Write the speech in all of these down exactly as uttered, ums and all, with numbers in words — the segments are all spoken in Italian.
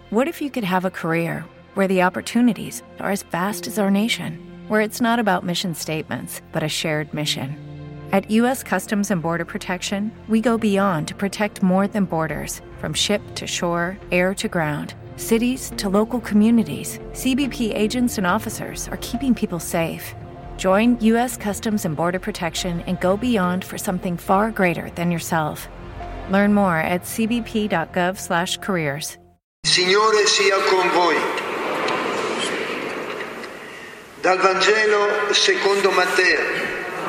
What if you could have a career where the opportunities are as vast as our nation, where it's not about mission statements, but a shared mission? At U S Customs and Border Protection, we go beyond to protect more than borders. From ship to shore, air to ground, cities to local communities, C B P agents and officers are keeping people safe. Join U S Customs and Border Protection and go beyond for something far greater than yourself. Learn more at c b p dot gov slash careers. Signore sia con voi. Dal Vangelo secondo Matteo.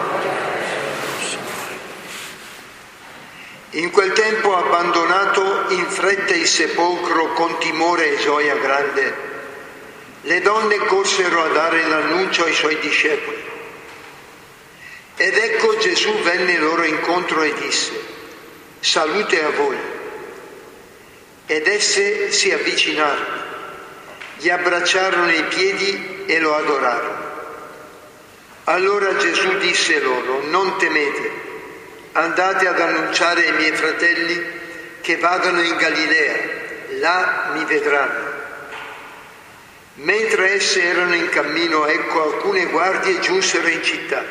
In quel tempo, abbandonato in fretta il sepolcro con timore e gioia grande, le donne corsero a dare l'annuncio ai suoi discepoli. Ed ecco Gesù venne loro incontro e disse: salute a voi. Ed esse si avvicinarono, gli abbracciarono i piedi e lo adorarono. Allora Gesù disse loro: non temete, andate ad annunciare ai miei fratelli che vadano in Galilea, là mi vedranno. Mentre esse erano in cammino, ecco alcune guardie giunsero in città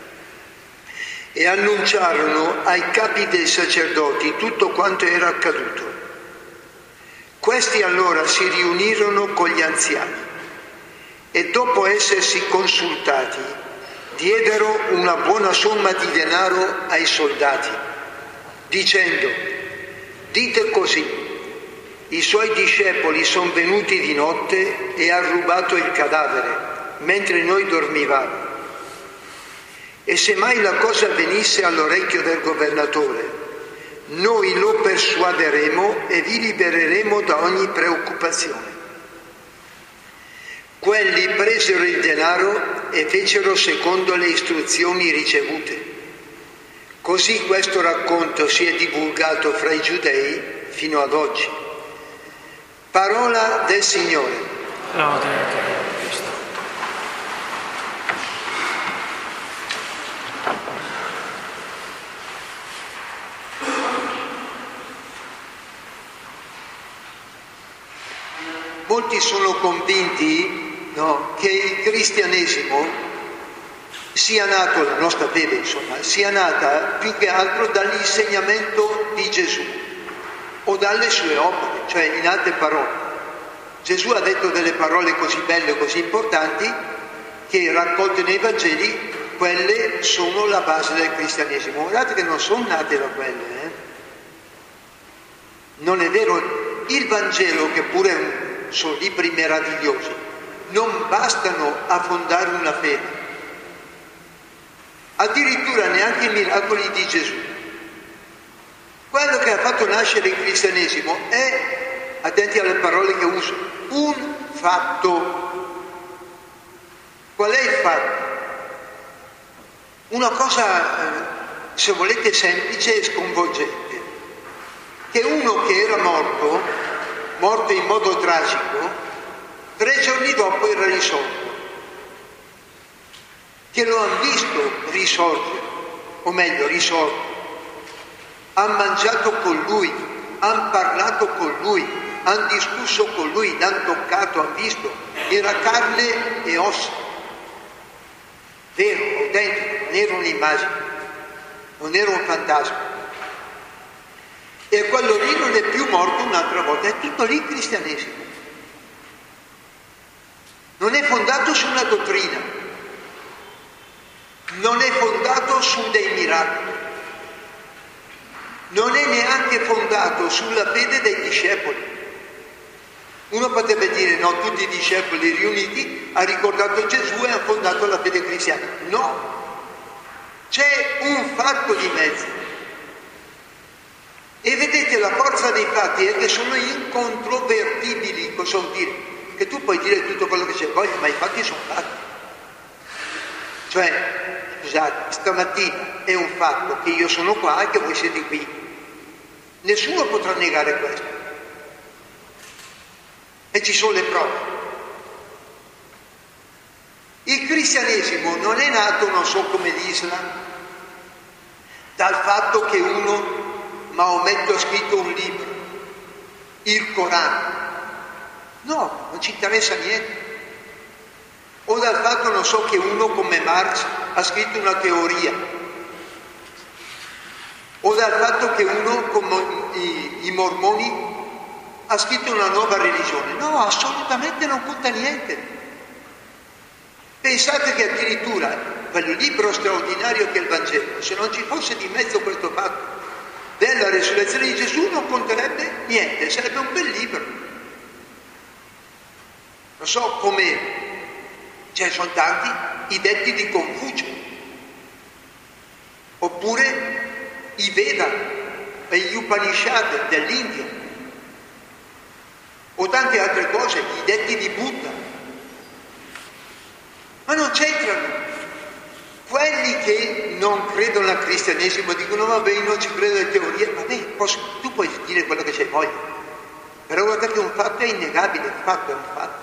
e annunciarono ai capi dei sacerdoti tutto quanto era accaduto. Questi allora si riunirono con gli anziani e dopo essersi consultati diedero una buona somma di denaro ai soldati, dicendo: dite così, i suoi discepoli sono venuti di notte e hanno rubato il cadavere mentre noi dormivamo. E se mai la cosa venisse all'orecchio del governatore, noi lo persuaderemo e vi libereremo da ogni preoccupazione. Quelli presero il denaro e fecero secondo le istruzioni ricevute. Così questo racconto si è divulgato fra i giudei fino ad oggi. Parola del Signore. Lode a te, Cristo. Molti sono convinti, no, che il cristianesimo sia nato, la nostra fede insomma, sia nata più che altro dall'insegnamento di Gesù o dalle sue opere, cioè in altre parole. Gesù ha detto delle parole così belle, così importanti, che raccolte nei Vangeli, quelle sono la base del cristianesimo. Guardate che non sono nate da quelle, eh? Non è vero, il Vangelo, che pure è un sono libri meravigliosi, non bastano a fondare una fede. Addirittura neanche i miracoli di Gesù. Quello che ha fatto nascere il cristianesimo è, attenti alle parole che uso, un fatto. Qual è il fatto? Una cosa, se volete, semplice e sconvolgente, che uno che era morto morto in modo tragico, tre giorni dopo era risorto. Che lo hanno visto risorgere, o meglio risorto. Hanno mangiato con lui, hanno parlato con lui, hanno discusso con lui, l'hanno toccato, hanno visto. Era carne e ossa. Vero, autentico, non era un'immagine, non era un fantasma. E quello lì non è più morto un'altra volta, è tutto lì il cristianesimo. Non è fondato su una dottrina, non è fondato su dei miracoli, non è neanche fondato sulla fede dei discepoli. Uno potrebbe dire: no, tutti i discepoli riuniti hanno ricordato Gesù e hanno fondato la fede cristiana. No, c'è un fatto di mezzo. E vedete, la forza dei fatti è che sono incontrovertibili. Cosa vuol dire? Che tu puoi dire tutto quello che c'è voglia, ma i fatti sono fatti. Cioè, scusate, stamattina è un fatto che io sono qua e che voi siete qui. Nessuno potrà negare questo. E ci sono le prove. Il cristianesimo non è nato, non so come l'Islam, dal fatto che uno, Maometto, ha scritto un libro, il Corano, No, non ci interessa niente. O dal fatto, non so, che uno come Marx ha scritto una teoria, o dal fatto che uno come i, i mormoni ha scritto una nuova religione. No, assolutamente non conta niente. Pensate che addirittura quel libro straordinario che è il Vangelo, se non ci fosse di mezzo questo fatto della resurrezione di Gesù, non conterebbe niente, sarebbe un bel libro. Non so come, ce ne sono tanti, i detti di Confucio, oppure i Veda e gli Upanishad dell'India, o tante altre cose, i detti di Buddha. Ma non c'entrano. Quelli che non credono al cristianesimo dicono vabbè, io non ci credo alle teorie. Vabbè, posso, tu puoi dire quello che c'hai voglia, però guarda che un fatto è innegabile, un fatto è un fatto.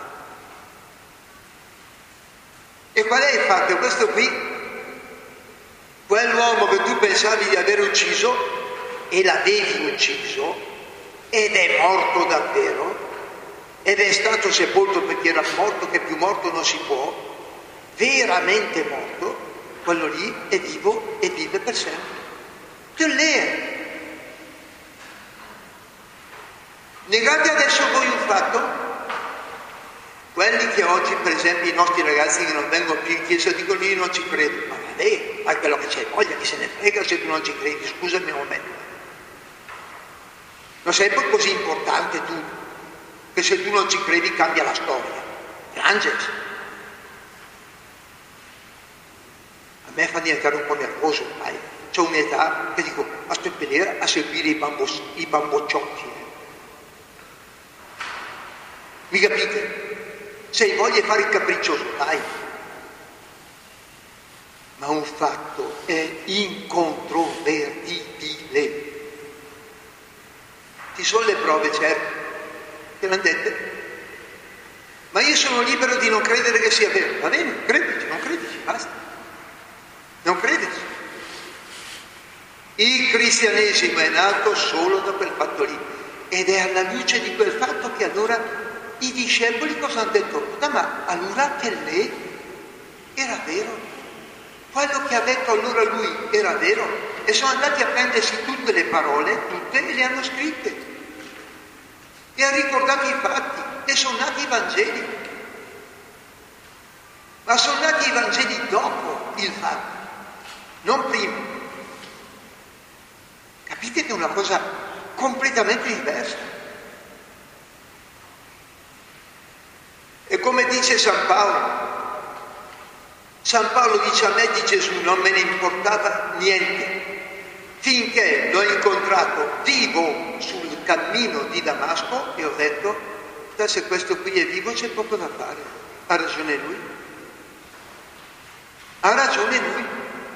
E qual è il fatto? Questo qui, quell'uomo che tu pensavi di aver ucciso e l'avevi ucciso ed è morto davvero, ed è stato sepolto perché era morto, che più morto non si può, veramente morto, quello lì è vivo e vive per sempre. Che l'è. Negate adesso voi un fatto? Quelli che oggi, per esempio, i nostri ragazzi che non vengono più in chiesa dicono io non ci credo. Ma vabbè, fai quello che c'è voglia, chi se ne frega se tu non ci credi, scusami un momento. Non sei poi così importante tu, che se tu non ci credi cambia la storia. Piangersi. A me fa diventare un po' nervoso ormai. C'ho un'età che dico, ma sto vedere a seguire i, bambos, i bambocciotti. Eh. Mi capite? Se hai voglia di fare il capriccioso, dai. Ma un fatto è incontrovertibile. Ci sono le prove, certo, che l'hanno dette. Ma io sono libero di non credere che sia vero. Va bene, credici, non credici, basta. Non crederci. Il cristianesimo è nato solo da quel fatto lì, ed è alla luce di quel fatto che allora i discepoli cosa hanno detto? Ma allora che lei era vero, quello che ha detto allora lui era vero, e sono andati a prendersi tutte le parole, tutte, e le hanno scritte e hanno ricordato i fatti, e sono nati i Vangeli. Ma sono nati i Vangeli dopo il fatto, non prima. Capite che è una cosa completamente diversa. E come dice San Paolo, San Paolo dice: a me di Gesù non me ne importava niente, finché l'ho incontrato vivo sul cammino di Damasco e ho detto: da se questo qui è vivo c'è poco da fare. Ha ragione lui. Ha ragione lui.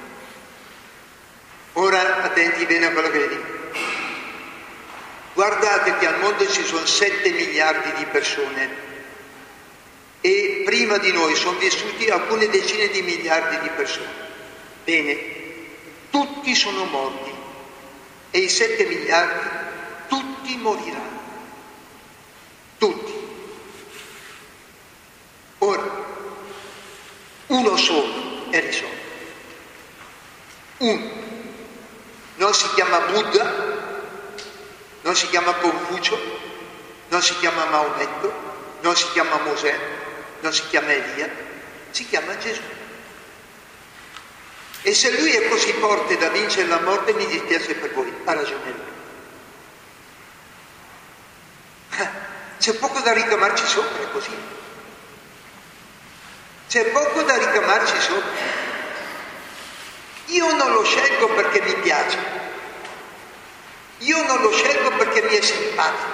Ora attenti bene a quello che vi dico. Guardate che al mondo ci sono sette miliardi di persone e prima di noi sono vissuti alcune decine di miliardi di persone. Bene, tutti sono morti e i sette miliardi tutti moriranno. Tutti. Ora, uno solo è risolto. Uno. Non si chiama Buddha, non si chiama Confucio, non si chiama Maometto, non si chiama Mosè, non si chiama Elia, si chiama Gesù. E se lui è così forte da vincere la morte, mi dispiace per voi, ha ragione lui. C'è poco da ricamarci sopra, è così. C'è poco da ricamarci sopra. Io non lo scelgo perché mi piace, io non lo scelgo perché mi è simpatico,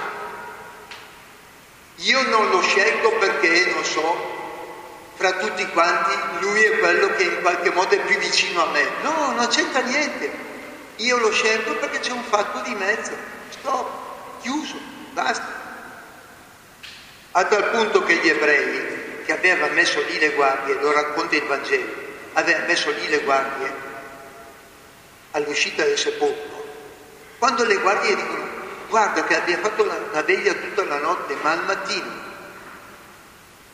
io non lo scelgo perché, non so, fra tutti quanti lui è quello che in qualche modo è più vicino a me. No, non c'entra niente. Io lo scelgo perché c'è un fatto di mezzo. Stop, chiuso, basta. A tal punto che gli ebrei, che avevano messo lì le guardie, lo racconta il Vangelo, avevano messo lì le guardie all'uscita del sepolcro, quando le guardie dicono: guarda che abbia fatto la, la veglia tutta la notte, ma al mattino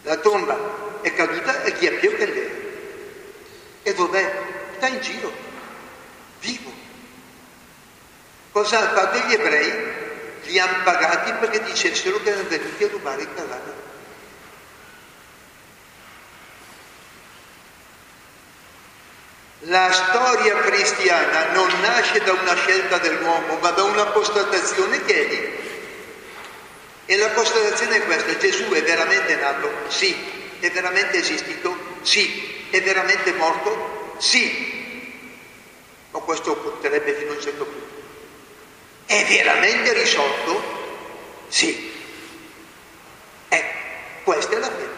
La tomba è caduta e chi ha più che lei? E dov'è? Sta in giro, vivo. Cosa hanno fatto gli ebrei? Li hanno pagati perché dicessero che erano venuti a rubare il cadavere. La storia cristiana non nasce da una scelta dell'uomo, ma da una constatazione che è lì. E la constatazione è questa: Gesù è veramente nato? Sì. È veramente esistito? Sì. È veramente morto? Sì. Ma questo porterebbe fino a un certo punto. È veramente risorto? Sì. Ecco, questa è la fede.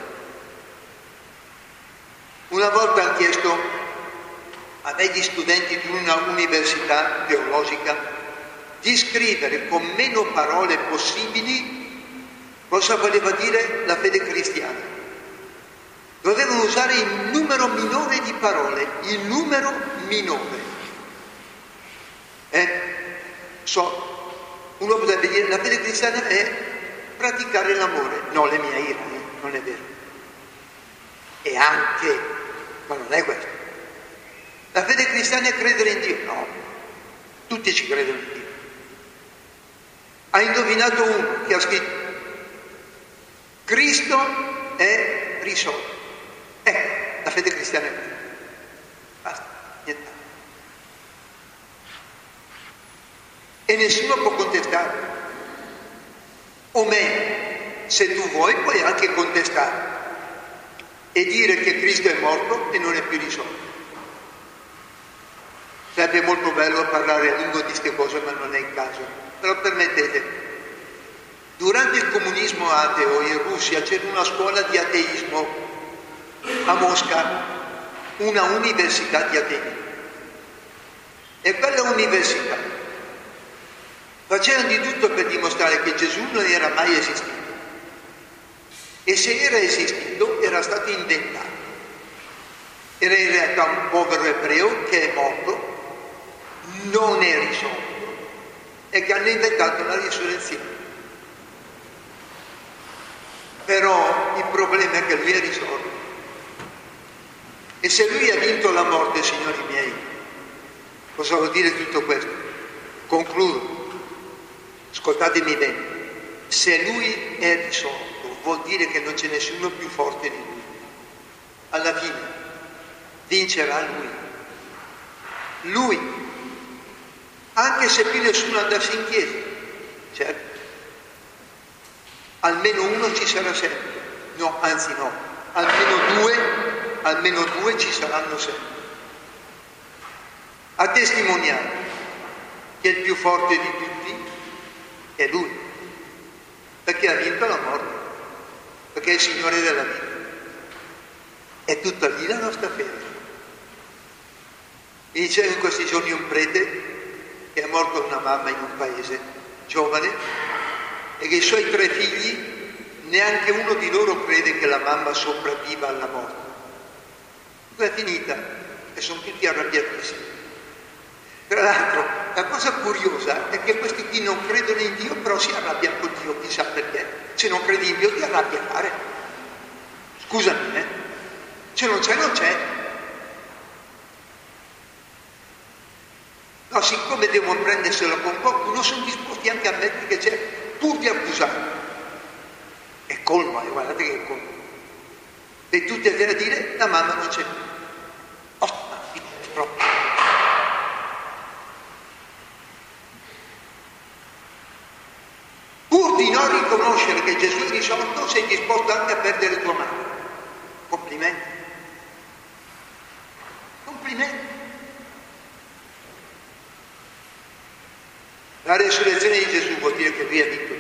Una volta hanno chiesto a degli studenti di una università teologica di scrivere con meno parole possibili cosa voleva dire la fede cristiana. Dovevano usare il numero minore di parole, il numero minore. Eh? So, uno potrebbe dire la fede cristiana è praticare l'amore. No, le mie ire, eh? Non è vero. E anche, ma non è questo. La fede cristiana è credere in Dio? No, tutti ci credono in Dio. Ha indovinato uno che ha scritto Cristo è risorto. Ecco, la fede cristiana è questa. Basta, niente. E nessuno può contestare. O meglio, se tu vuoi puoi anche contestare e dire che Cristo è morto e non è più risorto. Sarebbe molto bello parlare a lungo di queste cose, ma non è il caso. Però permettete, durante il comunismo ateo in Russia c'era una scuola di ateismo a Mosca, una università di atei. E quella università facevano di tutto per dimostrare che Gesù non era mai esistito. E se era esistito era stato inventato. Era in realtà un povero ebreo che è morto, non è risorto, e che hanno inventato la risurrezione. Però il problema è che lui è risorto. E se lui ha vinto la morte, signori miei, cosa vuol dire tutto questo? Concludo. Ascoltatemi bene. Se lui è risorto, vuol dire che non c'è nessuno più forte di lui. Alla fine vincerà lui. Lui. Anche se più nessuno andasse in chiesa, certo, almeno uno ci sarà sempre, no, anzi no, almeno due, almeno due ci saranno sempre, a testimoniare che il più forte di tutti è lui, perché ha vinto la morte, perché è il Signore della vita. È tutta lì la nostra fede. Mi diceva in questi giorni un prete che è morto una mamma in un paese giovane e che i suoi tre figli, neanche uno di loro crede che la mamma sopravviva alla morte. È finita e sono tutti arrabbiatissimi. Tra l'altro, la cosa curiosa è che questi qui non credono in Dio, però si arrabbiano con Dio, chissà perché. Se non credi in Dio ti arrabbi a fare. Scusami, eh? Se non c'è, non c'è. No, siccome devono prendersela con qualcuno, sono disposti anche a ammettere che c'è, pur di accusare. È colmo, eh, guardate che è colmo. E tutti a dire, la mamma non c'è. Oh, proprio. Pur di non riconoscere che Gesù è risorto, sei disposto anche a perdere tua madre. Complimenti. Complimenti. La resurrezione di Gesù vuol dire che lui ha vinto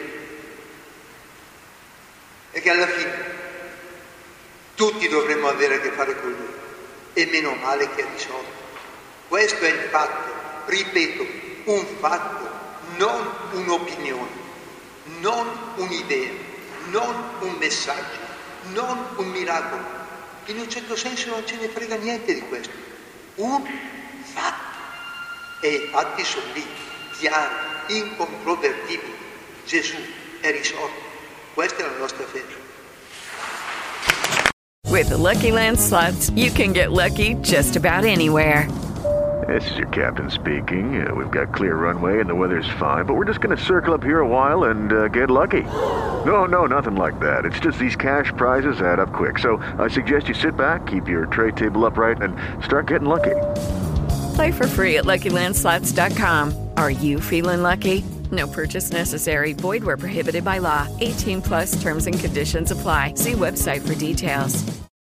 e che alla fine tutti dovremmo avere a che fare con lui, e meno male che è risorto. Questo è il fatto, ripeto, un fatto, non un'opinione, non un'idea, non un messaggio, non un miracolo. In un certo senso non ce ne frega niente di questo. Un fatto. E i fatti sono lì, chiari, incontrovertibili. Gesù è risorto. Questa è la nostra fede. With the Lucky Land Slots, you can get lucky just about anywhere. This is your captain speaking. Uh, we've got clear runway and the weather's fine, but we're just going to circle up here a while and uh, get lucky. No, no, nothing like that. It's just these cash prizes add up quick. So I suggest you sit back, keep your tray table upright, and start getting lucky. Play for free at Lucky Land Slots dot com. Are you feeling lucky? No purchase necessary. Void where prohibited by law. eighteen plus terms and conditions apply. See website for details.